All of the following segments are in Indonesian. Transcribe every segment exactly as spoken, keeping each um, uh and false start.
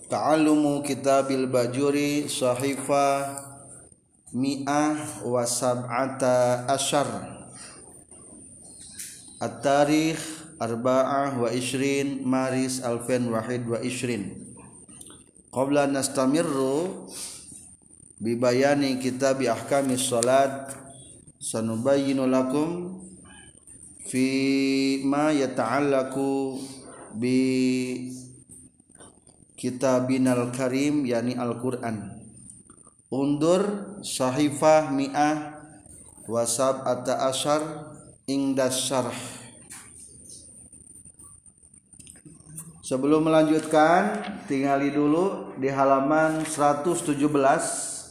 Ta'allumu kitabil bajuri sahifa mi'ah wa sab'ata asyar at-tarikh arba'ah wa ishrin maris alfen wahid wa ishrin. Qabla nastamirru bibayani kitabi ahkamis salat sanubayyinu lakum fi ma yata'allaku bi kitabinal karim yani Al-Quran. Undur sahifah mi'ah wa sab'ata asyar ingdas syarh. Sebelum melanjutkan, tingali dulu di halaman seratus tujuh belas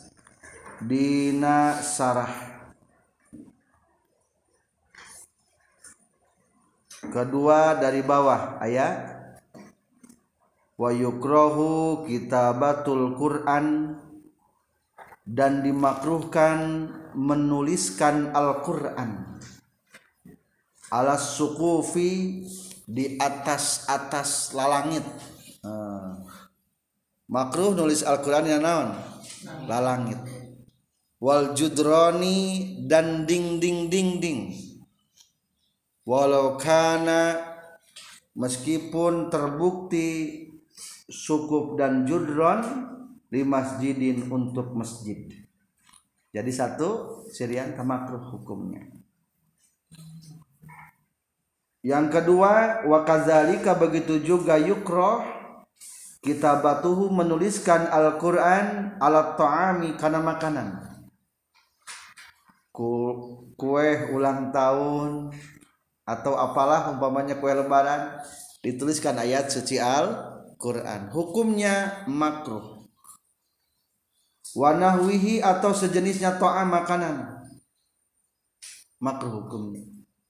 dina sarah. Kedua dari bawah ayat wa yukrahu kitabatul Qur'an, dan dimakruhkan menuliskan Al-Qur'an alas suqufi, di atas-atas lalangit. uh, makruh nulis Al-Qur'an yang naon? Lalangit. Wal judrani, dan ding-ding-ding-ding. Walau kana, meskipun terbukti sukup dan judron di masjidin, untuk masjid. Jadi satu sirian kemakruh hukumnya. Yang kedua, wa kadzalika, begitu juga yukroh kitabatuhu, menuliskan Al-Qur'an ala ta'ami, kana makanan. Kue ulang tahun atau apalah umpamanya kue lebaran, dituliskan ayat suci Al-Qur'an, hukumnya makruh. Wa nahwihi, atau sejenisnya ta'am, makanan, makruh hukumnya.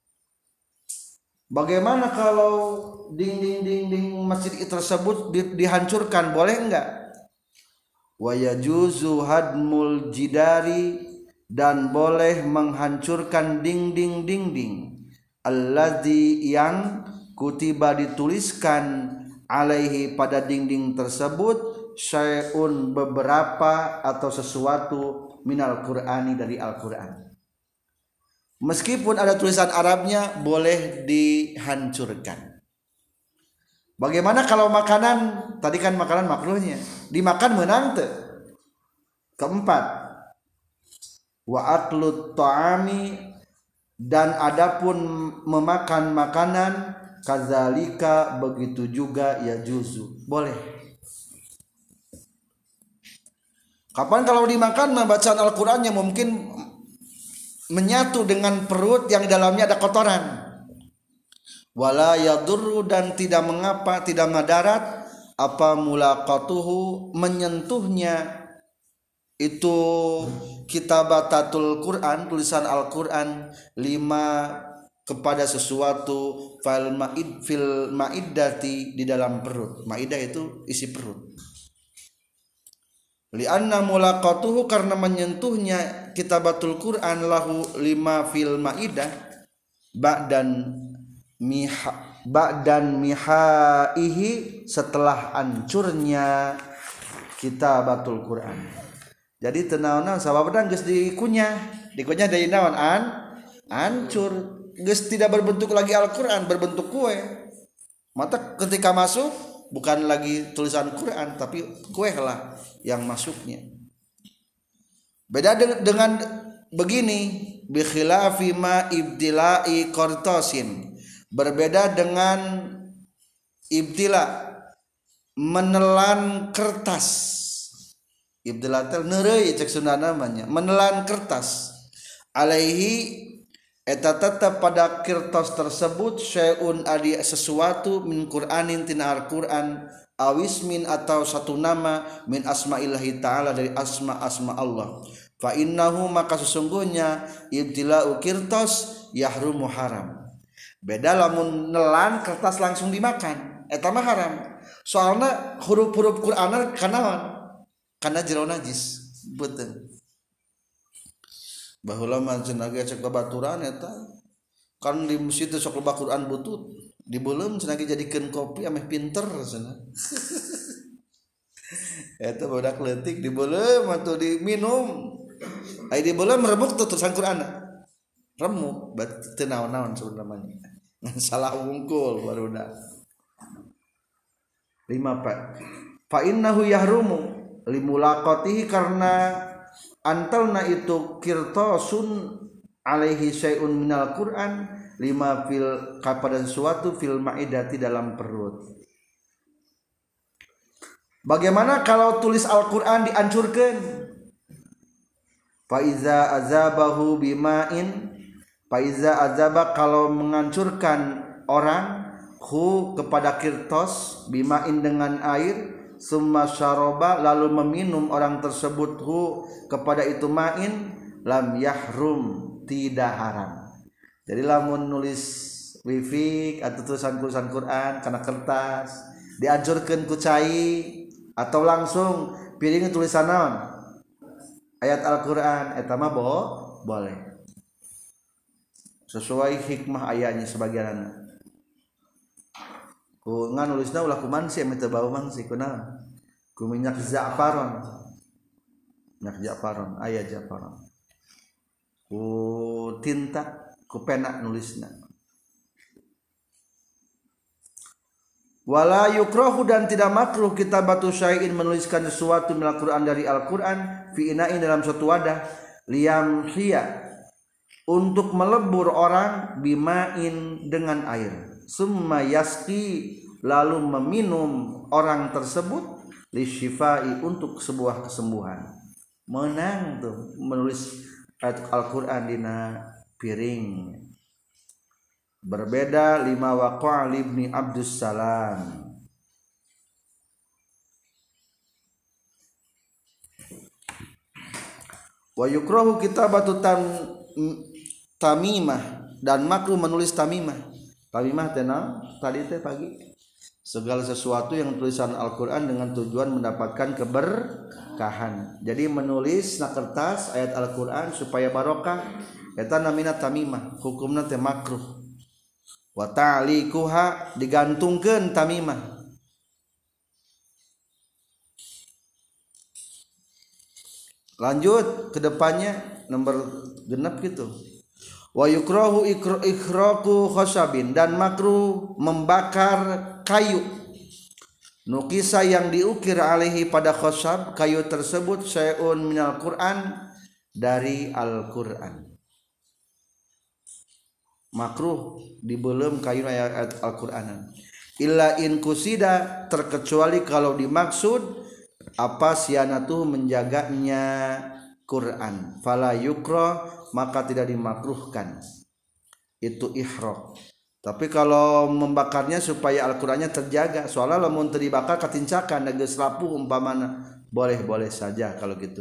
Bagaimana kalau dinding-dinding masjid tersebut di, dihancurkan, boleh enggak? Wa yajuzu hadmul jidari, dan boleh menghancurkan dinding-dinding alladzi, yang kutiba, dituliskan alaihi, pada dinding tersebut, syai'un, beberapa atau sesuatu, minal Qur'ani, dari Al-Qur'an. Meskipun ada tulisan Arabnya, boleh dihancurkan. Bagaimana kalau makanan? Tadi kan makanan makruhnya, dimakan menang teu. Keempat, wa aklut ta'ami, dan adapun memakan makanan, kadzalika, begitu juga, ya juzu, boleh. Kapan kalau dimakan? Bacaan Al-Qur'annya mungkin menyatu dengan perut yang di dalamnya ada kotoran. Wala yadurru, dan tidak mengapa, tidak madarat, apa mulaqatuhu, menyentuhnya itu kitabatatul Qur'an, tulisan Al-Qur'an, lima, kepada sesuatu, fil ma'id fil ma'iddati, di dalam perut. Ma'idah itu isi perut. Lianna mulaqatuhu, karena menyentuhnya kitabatul Qur'an lahu, lima, fil ma'idah, ba'dan miha ba'dan mihaihi, setelah hancurnya kitabatul Qur'an. Jadi tenaonan sababna geus dikunyah, dikunyah dari naon? An hancur, geus tidak berbentuk lagi Al-Qur'an, berbentuk kue. Maka ketika masuk bukan lagi tulisan Quran, tapi kue lah yang masuknya. Beda dengan begini, bi khilafi ma ibtila'i qartasin, berbeda dengan ibtila, menelan kertas. Ibtila teh neureuy cek Sunda namanya, menelan kertas. Alaihi, eta tetap pada kertas tersebut, syai'un, adi sesuatu, min Qur'anin, tina Al-Qur'an, awismin, atau satu nama, min asma'illahi ta'ala, dari asma-asma Allah. Fa innahu, maka sesungguhnya ibtila'u kirtas yahrumu, haram. Beda lamun nelan kertas langsung dimakan, eta mah haram. Soalna huruf-huruf Qur'an kana kana jero najis, betul. Baheula mah cenah ge cek babaturan eta kan di masjid sok loba Quran butut, dibeuleum cenah ge jadikeun kopi ameh pinter cenah. Eta budak leutik dibeuleum atuh diminum. Ai dibeuleum remuk tuh tulisan Quran. Remuk berarti teu naon-naon sebenarnya. Salah wungkul barudak. lima Pak. Fa innahu yahrumu limulaqatihi karena antalna itu kirtasun alaihi syai'un minal Qur'an lima fil kepada sesuatu fil maidati dalam perut. Bagaimana kalau tulis Al-Qur'an dihancurkan? Fa iza azabahu bima'in fa iza azaba kalau menghancurkan orang hu kepada kirtos bima'in dengan air summa syaroba lalu meminum orang tersebut hu kepada itu ma'in lam yahrum tidak haram. Jadi lamun nulis wifik atau tulisan-tulisan Quran karena kertas dihancurkan ku cai atau langsung piring tulisan naon ayat Al-Quran eta mah bo boleh sesuai hikmah ayatnya sebagian ku ngan nulisna ulah kuman sih eta bau mang sih kunaon ku minyak za'faron minyak za'faron aya za'faron ku tinta ku pena nulisna wala yukrahu dan tidak makruh kitabatu syai'in menuliskan sesuatu minal Qur'an dari Al-Qur'an fi ina'in dalam suatu wadah liyam hiya untuk melebur orang bima'in dengan air summa yasqi lalu meminum orang tersebut lisyifai untuk sebuah kesembuhan. Menang tuh menulis ayat Al-Qur'an dina piring. Berbeda lima waqa'a libni Abdus Salam. Wa yukrahu kitabatu tam, tamimah dan makruh menulis tamimah. Tamimah tenang tadi teh pagi. Segala sesuatu yang tulisan Al-Qur'an dengan tujuan mendapatkan keberkahan. Jadi menulis na kertas ayat Al-Qur'an supaya barokah eta namina tamimah, hukumna teh makruh. Wa ta'liquha digantungkeun tamimah. Lanjut ke depannya nomor genep gitu. Wa yukrahu ikraqu khasabin dan makruh membakar kayu. Nukisa yang diukir alaihi pada khasab kayu tersebut syai'un minal Qur'an dari Al-Qur'an. Makruh dibelum kayu ayat Al-Qur'anan illa in kusida terkecuali kalau dimaksud apa sianatuh menjaganya Quran fala yukra maka tidak dimakruhkan itu ihraq. Tapi kalau membakarnya supaya Al-Qur'annya terjaga soalnya lamun teu dibakar katincakan geus rapuh umpamana boleh-boleh saja kalau gitu.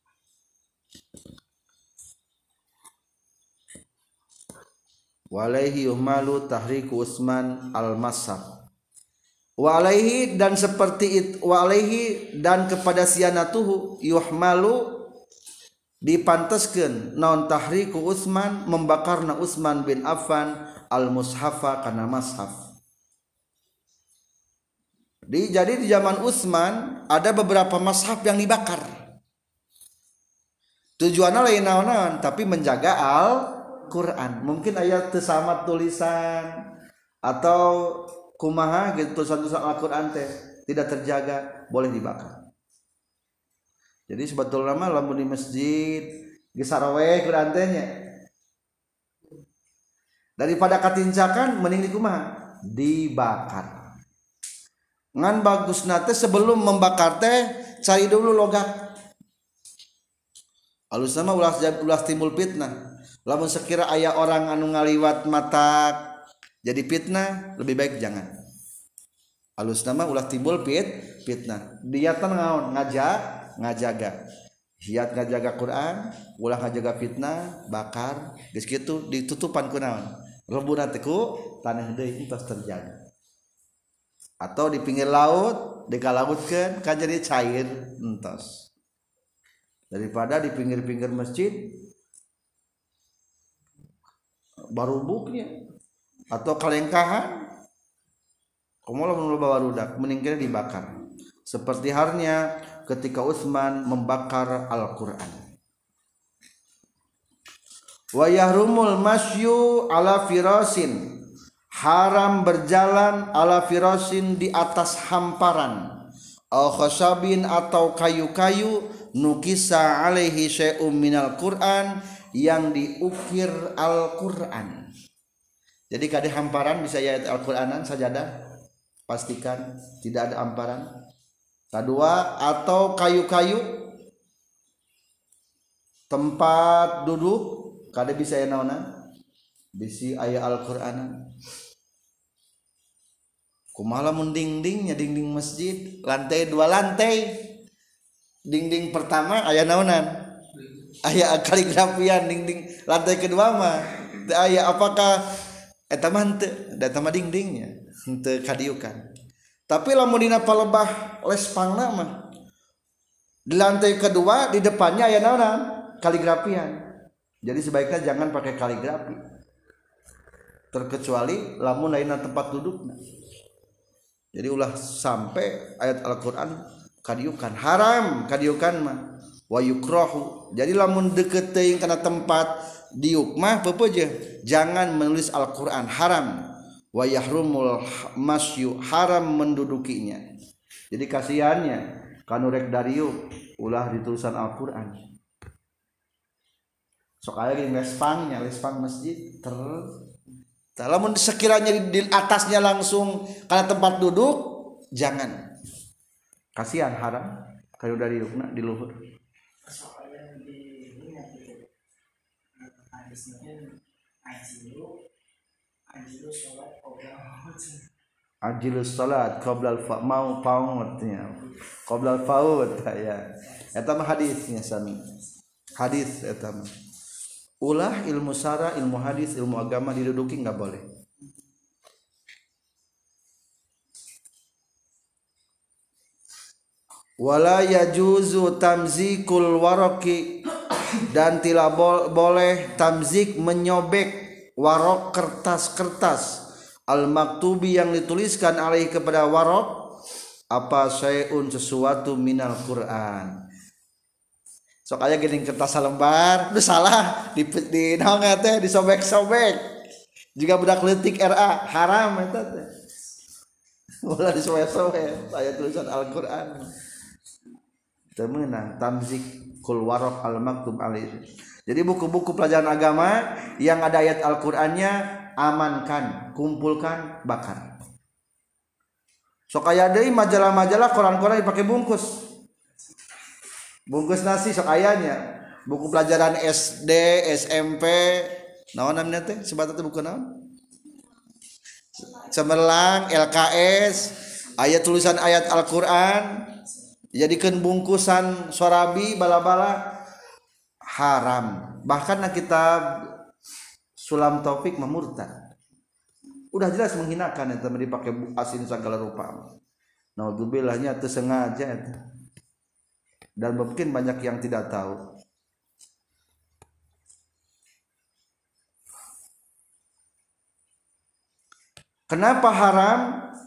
Walaihi yuhmalu tahriku Utsman al-Masab. Wa alaihi dan seperti itu wa alaihi dan kepada sianatuhu yuhmalu dipantaskeun naon tahriku Utsman membakarna Utsman bin Affan al-mushafa kana mashaf. Di jadi di zaman Utsman ada beberapa mashaf yang dibakar. Tujuannya lain naon-naon tapi menjaga al Quran. Mungkin ayat sama tulisan atau kumaha gitu tulisan-tulisan Al-Qur'an teh tidak terjaga boleh dibakar. Jadi sebetulnya mah lamun di masjid geus saraweh Quran teh nya daripada katincakan mending di kumaha dibakar. Ngan bagusna teh sebelum membakar teh cari dulu logat. Alusna mah ulah ulah timbul fitnah. Lamun sekira aya orang anu ngaliwat mata jadi fitnah lebih baik jangan. Alusna mah ulah timbul fit fitnah. Niatan ngaon ngajak ngajaga. Hiat ngajaga Quran, ulah ngajaga fitnah, bakar, geus kitu ditutupan ku naon? Rebuna teh ku tanah deui entos terjaga. Atau di pinggir laut dikalautkeun kan jadi cair entos. Daripada di pinggir-pinggir masjid barubuknya atau kalengkahan komola menurut barudak meninggalnya dibakar seperti halnya ketika Utsman membakar Al-Qur'an. Wa yahrumul masyu ala firasin, haram berjalan ala firasin di atas hamparan, au khasabin atau kayu-kayu, nukisa alaihi syai'um minal Qur'an, yang diukir Al-Qur'an. Jadi kade hamparan bisa ayat Al-Qur'anan sajadah, pastikan tidak ada hamparan. Kedua, atau kayu-kayu tempat duduk kada bisa aya naonan bisi aya Al-Qur'anan. Kumaha mun dindingnya dinding masjid lantai dua lantai, dinding pertama aya naonan aya kaligrafian, dinding lantai kedua mah aya apakah eta mah teu da eta mah dindingnya teu kadiukan. Tapi lamun dina palebah lespangna mah di lantai kedua di depannya aya naonan kaligrafian. Jadi sebaiknya jangan pakai kaligrafi, terkecuali lamun lainna tempat dudukna. Jadi ulah sampai ayat Al-Qur'an kadiukan, haram kadiukan mah wa yukrahu. Jadi lamun deukeut teuing kana tempat diuk mah peupeujeuh jangan menulis Al-Qur'an, haram. Wa yahrumul masyu, haram mendudukinya. Jadi kasihannya kanu rek dariuk ulah ditulisan Al-Qur'an. Sok aya di lespangnya, lespang masjid ter lamun sekiranya di, di atasnya langsung karena tempat duduk jangan. Kasihan haram kayu dari yukna di luhur. Ajilus salat qabla al-fa mau pautnya. Qabla al-faut ya. Eta mah hadisnya sami. Hadis eta mah. Ulah ilmu syara, ilmu hadis, ilmu agama diduduki enggak boleh. Wala yajuzu tamzikul waraqi, dan tidak boleh tamzik menyobek warok kertas-kertas al-maktubi yang dituliskan alaihi kepada warok apa syai'un sesuatu minal Qur'an. Sok aya geuning kertas salembar, udah salah di di naon teh disobek-sobek. Juga budak leutik R A haram eta teh. Ulah disobek-sobek aya tulisan Al-Qur'an. Teu meunang tamzik kul waraq al-maktub alaihi. Jadi buku-buku pelajaran agama yang ada ayat Al-Qur'annya amankan, kumpulkan, bakar. Sok aya deui majalah-majalah koran-koran dipakai bungkus. Bungkus nasi sok ayanya. Buku pelajaran S D, S M P, naon namanya teh? Sebatna teh buku naon? Cemerlang, L K S, ayat tulisan ayat Al-Qur'an, jadikan bungkusan sorabi bala-bala haram. Bahkan na kitab Sulam Taufik memurtad. Udah jelas menghinakan eta dipakai asin segala rupa. Naudzubillah-nya teu sengaja eta. Dan mungkin banyak yang tidak tahu. Kenapa haram?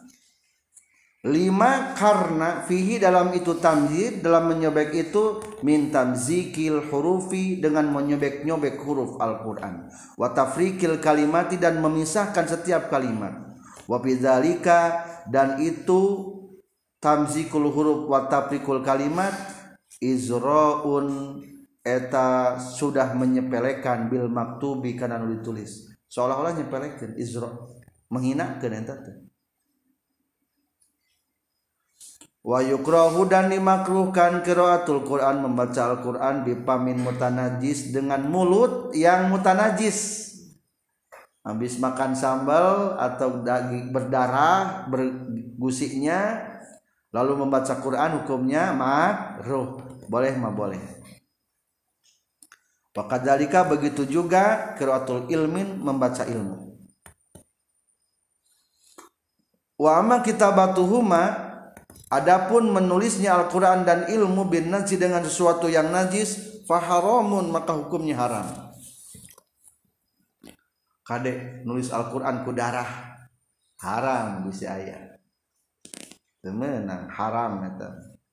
Lima, karena fihi dalam itu tamzid, dalam menyobek itu min tamzikil hurufi, dengan menyobek-nyobek huruf Al-Qur'an, wa tafrikil kalimati, dan memisahkan setiap kalimat, wa bidzalika, dan itu tamzikul huruf wa tafrikul kalimat izraun eta sudah menyepelekan bil maktubi kana nu ditulis, seolah-olah nyepelekeun izra, menghinakeun eta teh. Wa yukrahu, dan dimakruhkan qiraatul Quran, membaca Al-Qur'an bipamin mutanajis, dengan mulut yang mutanajis. Habis makan sambal atau daging berdarah bergusiknya lalu membaca Quran, hukumnya makruh. Boleh mah boleh. Wakadzalika, begitu juga qiraatul ilmin, membaca ilmu. Wa amma kitabatuhuma, adapun menulisnya Al-Qur'an dan ilmu bin najis, dengan sesuatu yang najis, faharamun, maka hukumnya haram. Kade nulis Al-Qur'an ku darah, haram bisa aya. temenang haram eta.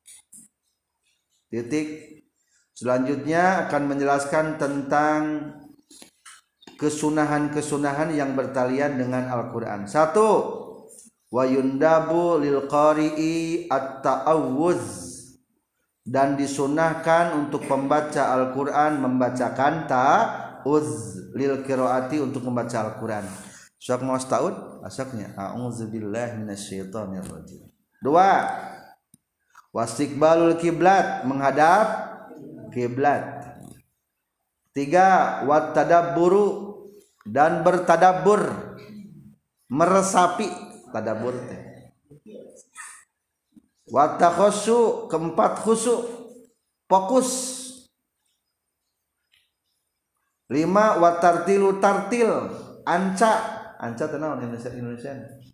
Titik. Selanjutnya akan menjelaskan tentang kesunahan-kesunahan yang bertalian dengan Al-Qur'an. Satu, wa yundabu lil qari'i at-ta'awuz, dan disunahkan untuk pembaca Al-Qur'an membacakan ta'uz lil qiraati untuk membaca Al-Qur'an. Sok mau ta'ud asaknya a'udzubillahi minasyaitonir rajim. Dua, wastiqbalul kiblat, menghadap kiblat. Tiga, wat tadabburu, dan bertadabbur, meresapi tadabbur teh. Wat takhussu, keempat khusyuk, fokus. Lima, wat tartilu, tartil, anca, anca teh naon Indonesia Indonesia.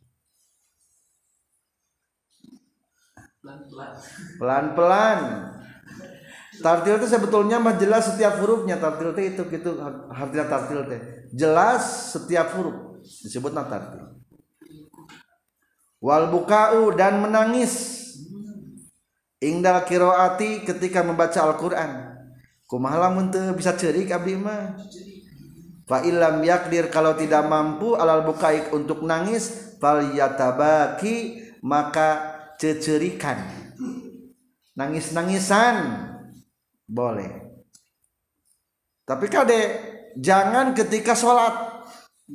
Pelan-pelan. Pelan-pelan. Tartil itu sebetulnya mah jelas setiap hurufnya. Tartil itu itu gitu artinya tartil teh. Jelas setiap huruf disebutna tartil. Wal buka'u, dan menangis. Ingdal qiraati, ketika membaca Al-Qur'an. Kumaha lamun teu bisa ceurik abdi mah? Fa illam yaqdir, kalau tidak mampu alal bukai, untuk nangis, fal yatabaki, maka cecerikan. Nangis-nangisan boleh. Tapi kade jangan ketika sholat.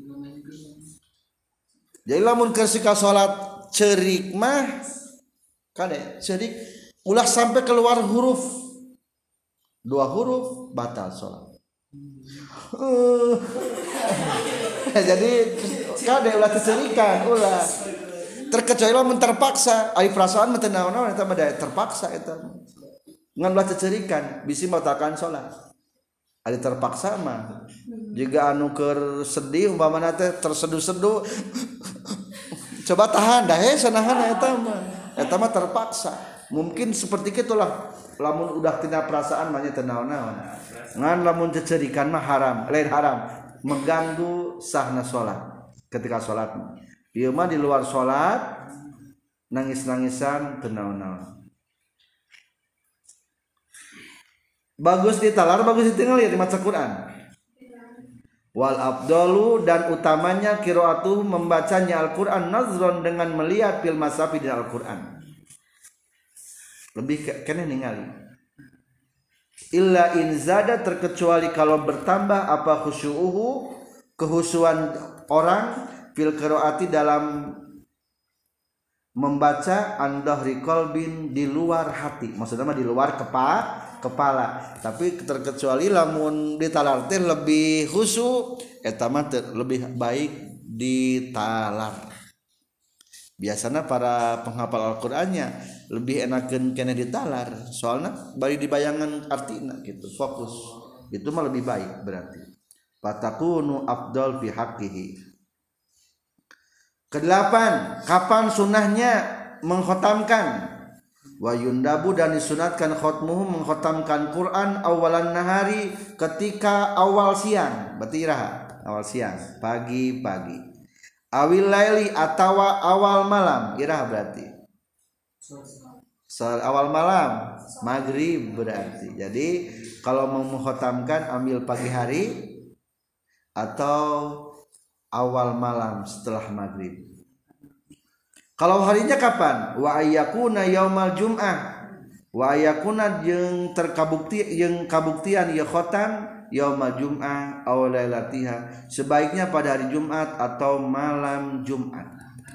Jadi lamun ketika sholat cerik mah kade cerik ulah sampai keluar huruf, dua huruf batal sholat. Uh. Jadi kade ulah cerikan ulah terkecuali lamun terpaksa ai perasaan mah teu naon-naon eta mah terpaksa eta ngan ulah cerikan bisi batalkan sholat. Ari terpaksa mah juga anu keur sedih umpamana teh terseduh-seduh coba tahan dah he sanahan eta mah eta mah terpaksa. Mungkin seperti itulah lamun udah tina perasaan mah nya teu naon-naon. Ngan lamun cecerikan mah haram, lain haram, mengganggu sahna salat ketika salat. Ieu mah di luar salat nangis-nangisan teu naon-naon. Bagus ditalar, bagus ditinggali di maca Quran. Wal afdalu, dan utamanya qiraatuh, membacanya Al-Qur'an nazron, dengan melihat fil masafi di Al-Qur'an. Lebih kene ningali. Illa in zada, terkecuali kalau bertambah apa khusyu'uhu, kehusuan orang fil qiraati, dalam membaca andahri qalbin, di luar hati. Maksudnya mah di luar kepala kepala, tapi terkecuali lamun ditalar teh lebih khusyuk eta mah lebih baik ditalar. Biasanya para penghafal Al-Qur'annya lebih enakeun kena ditalar, soalnya bari dibayangan artina gitu, fokus. Itu mah lebih baik berarti. Fatakunu afdal fi haqqihi. Kedelapan, kapan sunahnya mengkhatamkan? Wa yundabu, dan disunatkan khotmuhu, mengkhatamkan Quran awalan nahari, ketika awal siang, berarti iraha awal siang, pagi-pagi. Awil laili, atawa awal malam, iraha berarti awal malam, maghrib berarti. Jadi kalau mau mengkhatamkan ambil pagi hari atau awal malam setelah maghrib. Kalau harinya kapan? Wa ayyakuna yaumal jum'ah. Wa ayyakuna jeung terkabukti jeung kabuktian ya khotam yaumal jum'ah aw lailatiha, sebaiknya pada hari Jumat atau malam Jumat.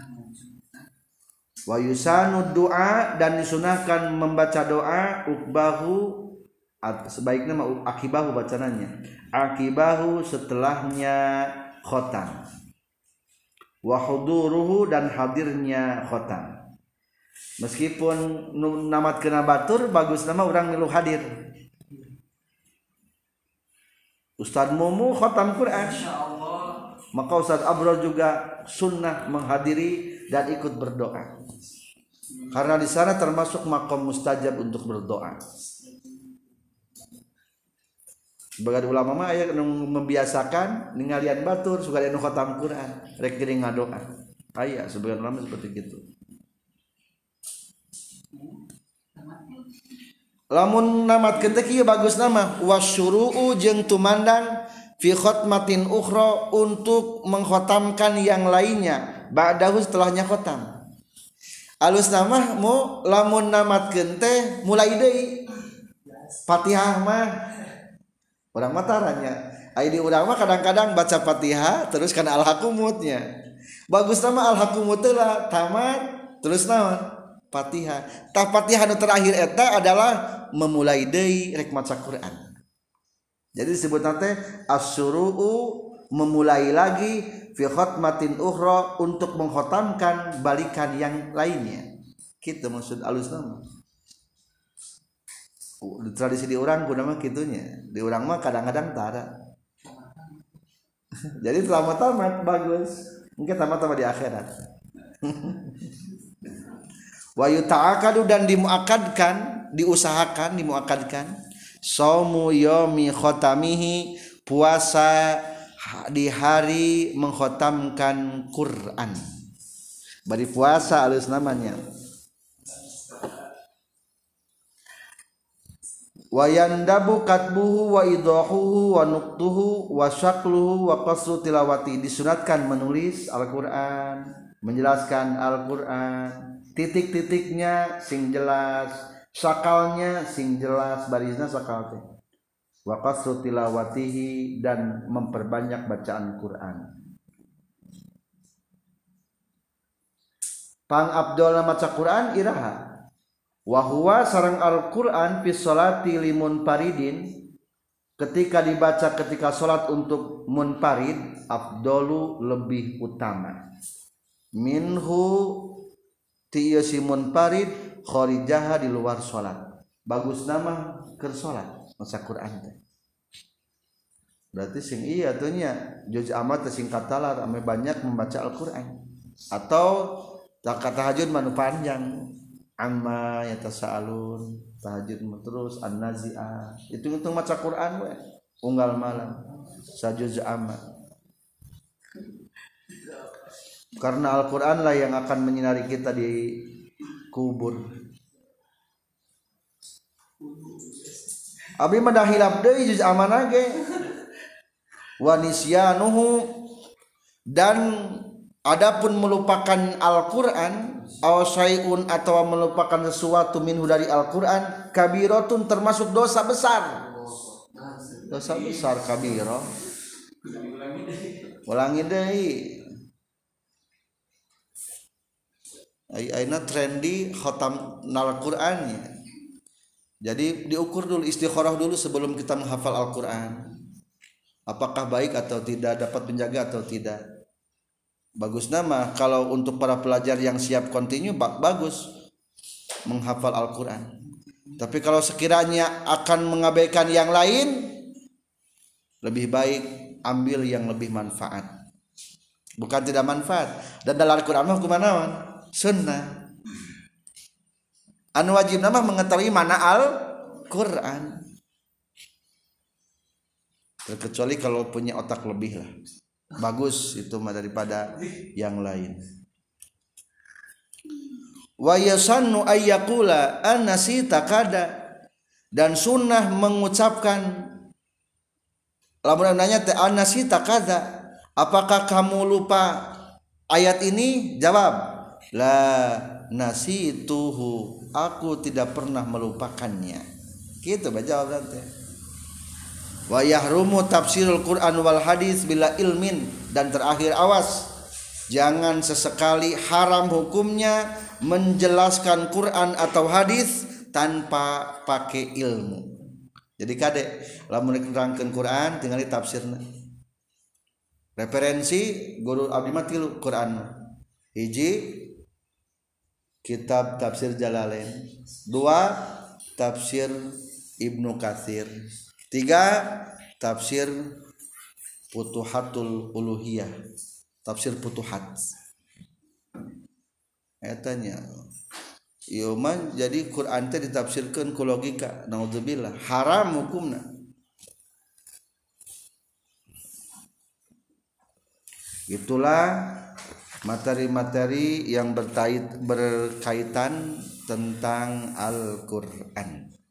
Wa yusanu du'a, dan disunahkan membaca doa ukbahu, sebaiknya akibahu bacananya. Akibahu, setelahnya khotam. Wa huduruhu, dan hadirnya khotam. Meskipun namat kena batur, bagus nama orang milu hadir. Ustaz Mumu khotam Quran, maka Ustaz Abrol juga sunnah menghadiri dan ikut berdoa, karena di sana termasuk makom mustajab untuk berdoa. Sebagai ulama mah aya nu membiasakan ningalian batur suka anu khatam Quran rek geuning ngadoa. Aya sebagian ulama seperti itu. lamun namatkeun teh kieu bagus nama wasyuru'u jeung tumandang fi khatmatin ukhra untuk mengkhotamkan yang lainnya ba'dahu setelahnya khotam. Alus nama mu lamun namatkeun teh mulai deui Fatihah mah urang mah taranya ai di urang mah kadang-kadang baca Fatihah terus kana al-hakumutnya bagus nama al-hakumut lah tamat terus naon Fatihah tah Fatihah nu terakhir eta adalah memulai deui rek maca Quran. Jadi disebutna teh asyuru'u memulai lagi fi khatmatin ukhra untuk mengkhatamkan balikan yang lainnya. Kitu maksud alusna mah. Tradisi di urang kunaon mah kitunya. Di urang mah kadang-kadang tara. Jadi tamat-tamat bagus. Mungkin tamat-tamat di akhirat. Wa yuta'akadu dan dimuakadkan, diusahakan, dimuakadkan saumu yaumi khatamihi puasa di hari mengkhatamkan Quran. Bari puasa alus namanya. Wa yandabu katbuhu wa idahuhu wa nuktuhu wa syakluhu wa qasru tilawati. Disunatkan menulis Al-Qur'an, menjelaskan Al-Qur'an, titik-titiknya sing jelas, sakalnya sing jelas, barisna sakal teh. Wa qasru tilawatihi dan memperbanyak bacaan Quran. Pang abdol maca Quran iraha. Wa huwa sareng Al-Qur'an fi sholati limun paridin ketika dibaca ketika salat untuk munfarid afdalu lebih utama minhu tiya si munfarid kharijaha di luar salat bagus nama keur salat maca Quran teh berarti sing iya tuh nya juz amat sing katalar ame banyak membaca Al-Qur'an atau tak tahajud manu panjang amma yatasaalun tahajud terus an-nazi'ah itu untuk maca Quran we unggal malam sajuz amma karena Al-Quran lah yang akan menyinari kita di kubur. Abi mah dah hilap deui juz amma ge wa nisyanuhu dan adapun melupakan Al-Quran aw syai'un atau melupakan sesuatu minhu dari Al-Quran kabiratun termasuk dosa besar. Dosa besar kabirah. Ulangi deui. Ai aina trendy khatam Al-Quran ya. Jadi diukur dulu istikharah dulu sebelum kita menghafal Al-Quran. Apakah baik atau tidak, dapat menjaga atau tidak. Bagus nama kalau untuk para pelajar yang siap kontinu bagus menghafal Al-Quran. Tapi kalau sekiranya akan mengabaikan yang lain, lebih baik ambil yang lebih manfaat. Bukan tidak manfaat. Dan dalam Al-Quran mah kumaha naon? Sunnah. Anu wajib nama mengetahui mana Al-Quran. Terkecuali kalau punya otak lebih lah. Bagus itu mah daripada yang lain. Wa yasannu ayyaqula annasita kada dan sunnah mengucapkan lamun nanya teh annasita kada apakah kamu lupa ayat ini jawab la nasituhu aku tidak pernah melupakannya gitu jawab teh. Wa yahrumu tafsirul Quran wal hadis bila ilmin dan terakhir awas jangan sesekali haram hukumnya menjelaskan Quran atau hadis tanpa pakai ilmu. Jadi kade lamun nerangkeun Quran tinggal tafsirna. Referensi guru abdi mah tilu Quran. Hiji kitab tafsir Jalalain, dua tafsir Ibnu Katsir, tiga tafsir Futuhatul Uluhiyah, tafsir Futuhat. Etanya ieu mah jadi Quran teh ditafsirkeun ku logika, naudzubillah, haram hukumna. Itulah materi-materi yang berkait berkaitan tentang Al-Qur'an.